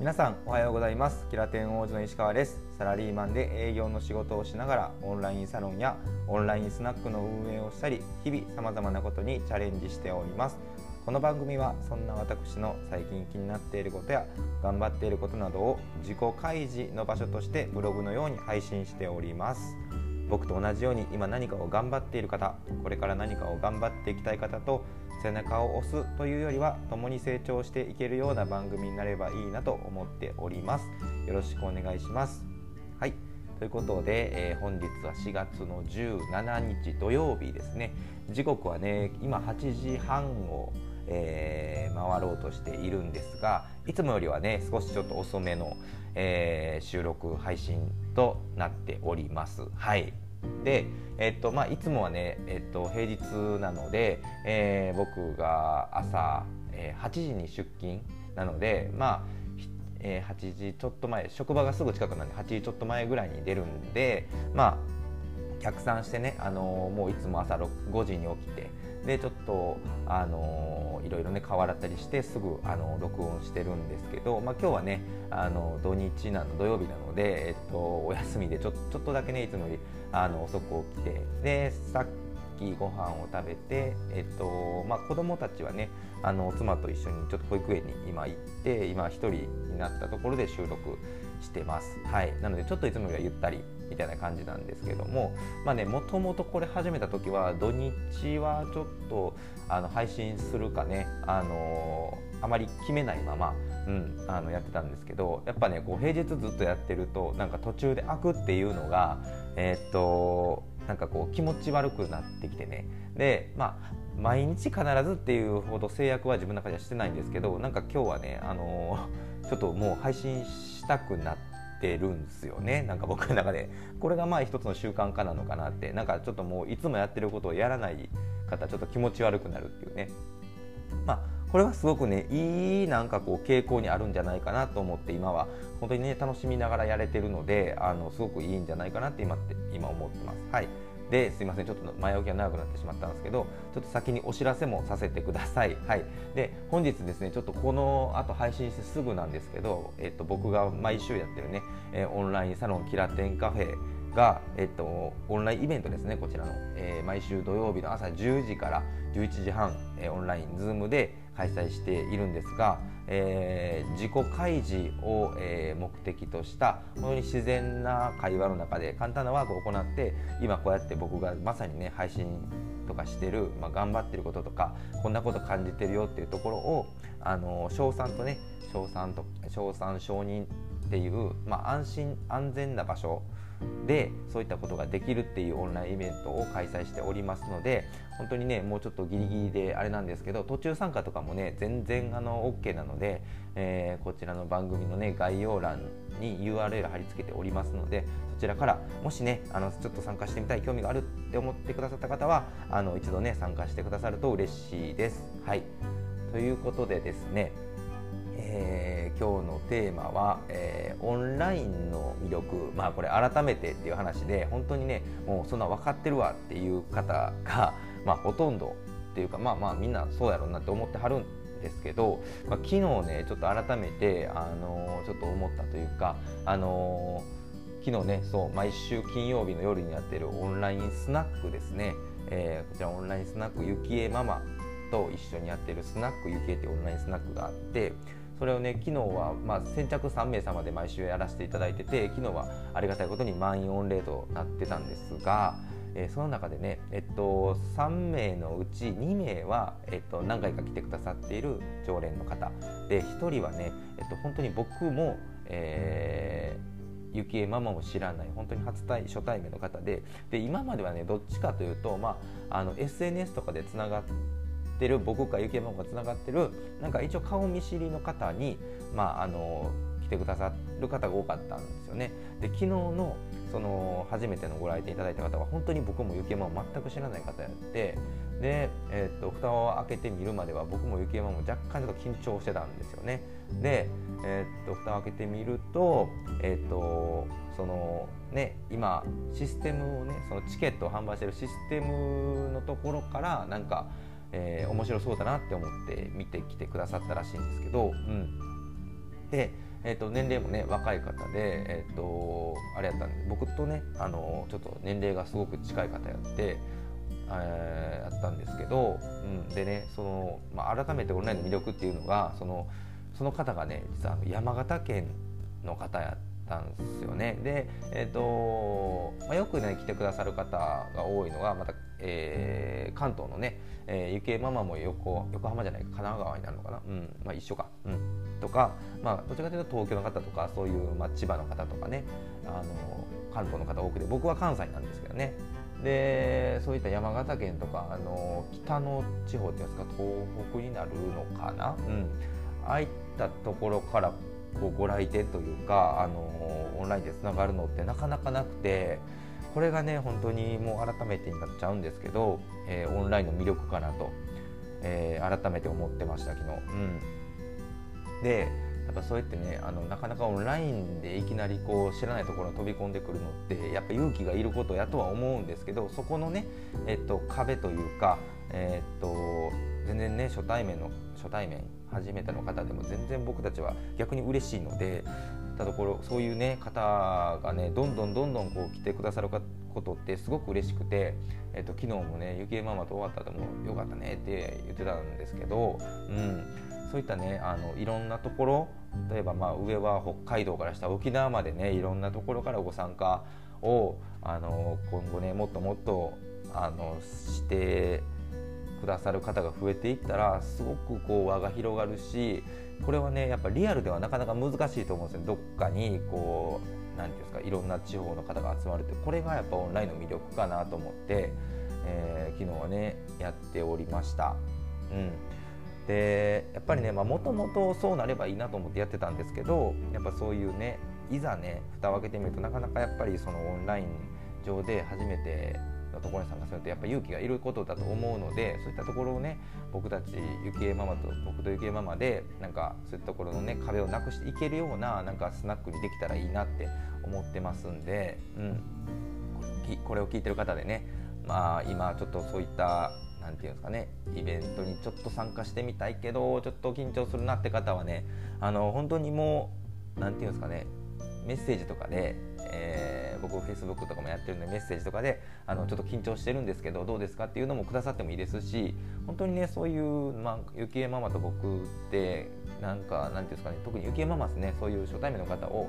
皆さんおはようございます。キラテン王子の石川です。サラリーマンで営業の仕事をしながらオンラインサロンやオンラインスナックの運営をしたり、日々様々なことにチャレンジしております。この番組はそんな私の最近気になっていることや頑張っていることなどを自己開示の場所としてブログのように配信しております。僕と同じように今何かを頑張っている方、これから何かを頑張っていきたい方と背中を押すというよりは共に成長していけるような番組になればいいなと思っております。よろしくお願いします。はい、ということで、本日は4月の17日土曜日ですね。時刻はね今8時半を、回ろうとしているんですが、いつもよりはね少しちょっと遅めの、収録配信となっております。はい。で、いつもはね、平日なので、僕が朝、8時に出勤なので、8時ちょっと前、職場がすぐ近くなんで8時ちょっと前ぐらいに出るんで、逆算してね、もういつも朝5時に起きて、でちょっといろいろね顔洗ったりしてすぐ録音してるんですけど、今日はね土曜日なので、お休みでちょっとだけねいつもより遅く起きて、でさっきご飯を食べて、子供たちはね妻と一緒にちょっと保育園に今行って、今一人になったところで収録してます。はい、なのでちょっといつもよりはゆったりみたいな感じなんですけども、もともとこれ始めた時は土日はちょっと配信するかねあまり決めないまま、やってたんですけど、やっぱねこう平日ずっとやってるとなんか途中で開くっていうのがなんかこう気持ち悪くなってきてね、で毎日必ずっていうほど制約は自分の中ではしてないんですけど、なんか今日はねちょっともう配信したくなってるんですよね。なんか僕の中でこれが一つの習慣化なのかなって、なんかちょっともういつもやってることをやらない方ちょっと気持ち悪くなるっていうね、これはすごくねいいなんかこう傾向にあるんじゃないかなと思って、今は本当にね楽しみながらやれてるので、すごくいいんじゃないかなって今思ってます。はい。ですいません、ちょっと前置きが長くなってしまったんですけど、ちょっと先にお知らせもさせてください。はい。で本日ですね、ちょっとこの後配信してすぐなんですけど、僕が毎週やってるね、オンラインサロンキラテンカフェが、オンラインイベントですね、こちらの、毎週土曜日の朝10時から11時半、オンライン Zoom で開催しているんですが、自己開示を、目的とした本当に自然な会話の中で簡単なワークを行って、今こうやって僕がまさにね配信とかしてる、頑張ってることとかこんなこと感じてるよっていうところを称賛承認っていう、安心安全な場所でそういったことができるっていうオンラインイベントを開催しておりますので、本当にねもうちょっとギリギリであれなんですけど、途中参加とかもね全然OK なので、こちらの番組のね概要欄に URL 貼り付けておりますので、そちらからもしねちょっと参加してみたい、興味があるって思ってくださった方は一度ね参加してくださると嬉しいです。はい、ということでですね、今日のテーマは、オンラインの魅力、これ改めてっていう話で、本当にねもうそんな分かってるわっていう方が、ほとんどっていうかみんなそうやろうなって思ってはるんですけど、昨日ねちょっと改めてちょっと思ったというか、昨日ねそう毎週金曜日の夜にやってるオンラインスナックですね、こちらオンラインスナックゆきえママと一緒にやってるスナックゆきえっていうオンラインスナックがあって、それをね昨日は先着3名様で毎週やらせていただいてて、昨日はありがたいことに満員御礼となってたんですが、その中でね、3名のうち2名は、何回か来てくださっている常連の方で、1人はね、本当に僕も、ゆきえママも知らない本当に初対面の方で、今まではねどっちかというと、SNS とかでつながってる僕かゆきえママがつながってるなんか一応顔見知りの方に、来てくださる方が多かったんですよね。で昨日のその初めてのご来店いただいた方は本当に僕もゆきえママ全く知らない方やって、で、蓋を開けてみるまでは僕もゆきえママも若干ちょっと緊張してたんですよね。で、蓋を開けてみると、そのね今システムをねそのチケットを販売しているシステムのところからなんか、面白そうだなって思って見てきてくださったらしいんですけど、で年齢もね若い方で、あれやったんで、僕とねちょっと年齢がすごく近い方やって、やったんですけど、でね改めてオンラインの魅力っていうのがその方がね実は山形県の方やったんですよね。で、よくね来てくださる方が多いのがまた、関東のね、ゆきえママも横浜じゃないか神奈川になるのかな、一緒か、とか、どちらかというと東京の方とかそういう、千葉の方とかね関東の方多くて、僕は関西なんですけどね。でそういった山形県とか北の地方っていうんですか、東北になるのかな、ああいったところからご来店というかオンラインでつながるのってなかなかなくて、これがね本当にもう改めてになっちゃうんですけど、オンラインの魅力かなと、改めて思ってました昨日。でやっぱそうやってねなかなかオンラインでいきなり知らないところに飛び込んでくるのってやっぱ勇気がいることやとは思うんですけど、そこのね、壁というか、全然ね初対面初めての方でも全然僕たちは逆に嬉しいので、たところそういうね方がねどんどん来てくださることってすごく嬉しくて、昨日もねゆきえママと終わった後もよかったねって言ってたんですけど、そういったねいろんなところ、例えば上は北海道から下沖縄までねいろんなところからご参加を今後ねもっともっとしてくださる方が増えていったらすごく輪が広がるし、これはねやっぱリアルではなかなか難しいと思うんですよ。どっかになんていうんですか、いろんな地方の方が集まるって、これがやっぱオンラインの魅力かなと思って、昨日はねやっておりました。でやっぱりねもともとそうなればいいなと思ってやってたんですけど、やっぱそういうねいざね蓋を開けてみるとなかなかやっぱりそのオンライン上で初めてのところに参加するとやっぱ勇気がいることだと思うので、そういったところをね僕たちゆきえママと僕とゆきえママでそういったところのね壁をなくしていけるようなスナックにできたらいいなって思ってますんで、これを聞いてる方でね今ちょっとそういったなんていうんですかね、イベントにちょっと参加してみたいけどちょっと緊張するなって方はね本当にもうなんていうんですかね、メッセージとかで、僕 Facebook とかもやってるんでメッセージとかでちょっと緊張してるんですけどどうですかっていうのもくださってもいいですし、本当にねそういう、ゆきえママと僕ってなんていうんですかね、特にゆきえママですね、そういう初対面の方を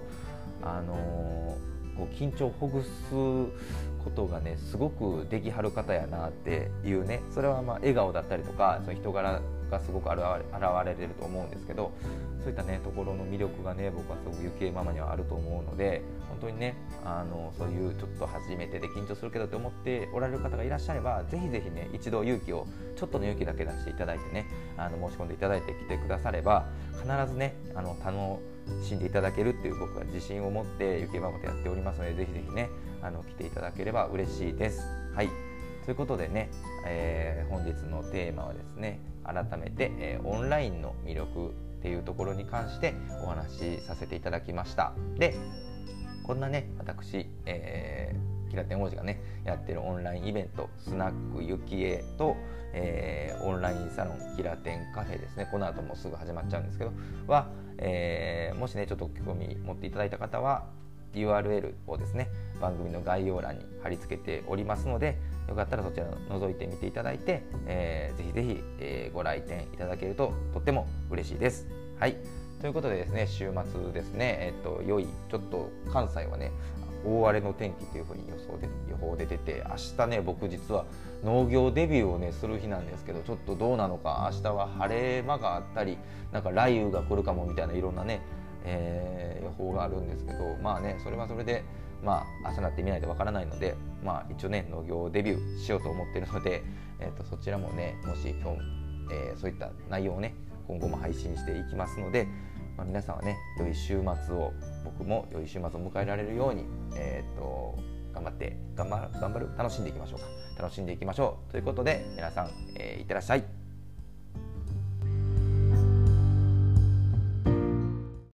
緊張をほぐすことがねすごくできはる方やなっていうね、それは笑顔だったりとかその人柄がすごく現れてると思うんですけど、そういったねところの魅力がね僕はすごくゆきえママにはあると思うので、本当にねそういうちょっと初めてで緊張するけどって思っておられる方がいらっしゃれば、ぜひぜひね一度勇気をちょっとの勇気だけ出していただいてね申し込んでいただいて来てくだされば必ずね楽しんでいただけるっていう僕は自信を持ってゆきえママとやっておりますので、ぜひぜひね来ていただければ嬉しいです。はい、ということでね、本日のテーマはですね改めて、オンラインの魅力っていうところに関してお話しさせていただきました。でこんなね私、キラテン王子がねやってるオンラインイベントスナックゆきえと、オンラインサロンキラテンカフェですね、この後もすぐ始まっちゃうんですけどは、もしねちょっと興味持っていただいた方は URL をですね番組の概要欄に貼り付けておりますので、よかったらそちらを覗いてみていただいて、ぜひぜひ、ご来店いただけるととっても嬉しいです。はい、ということでですね、週末ですね、良いちょっと関西はね大荒れの天気というふうに予報で出て、明日ね僕実は農業デビューをねする日なんですけど、ちょっとどうなのか、明日は晴れ間があったり雷雨が来るかもみたいないろんなね、予報があるんですけど、それはそれで朝になってみないとわからないので、一応ね農業デビューしようと思っているので、そちらもねもしそういった内容をね今後も配信していきますので、皆さんはね良い週末を、僕も良い週末を迎えられるように、頑張る楽しんでいきましょうということで皆さん、いってらっしゃい。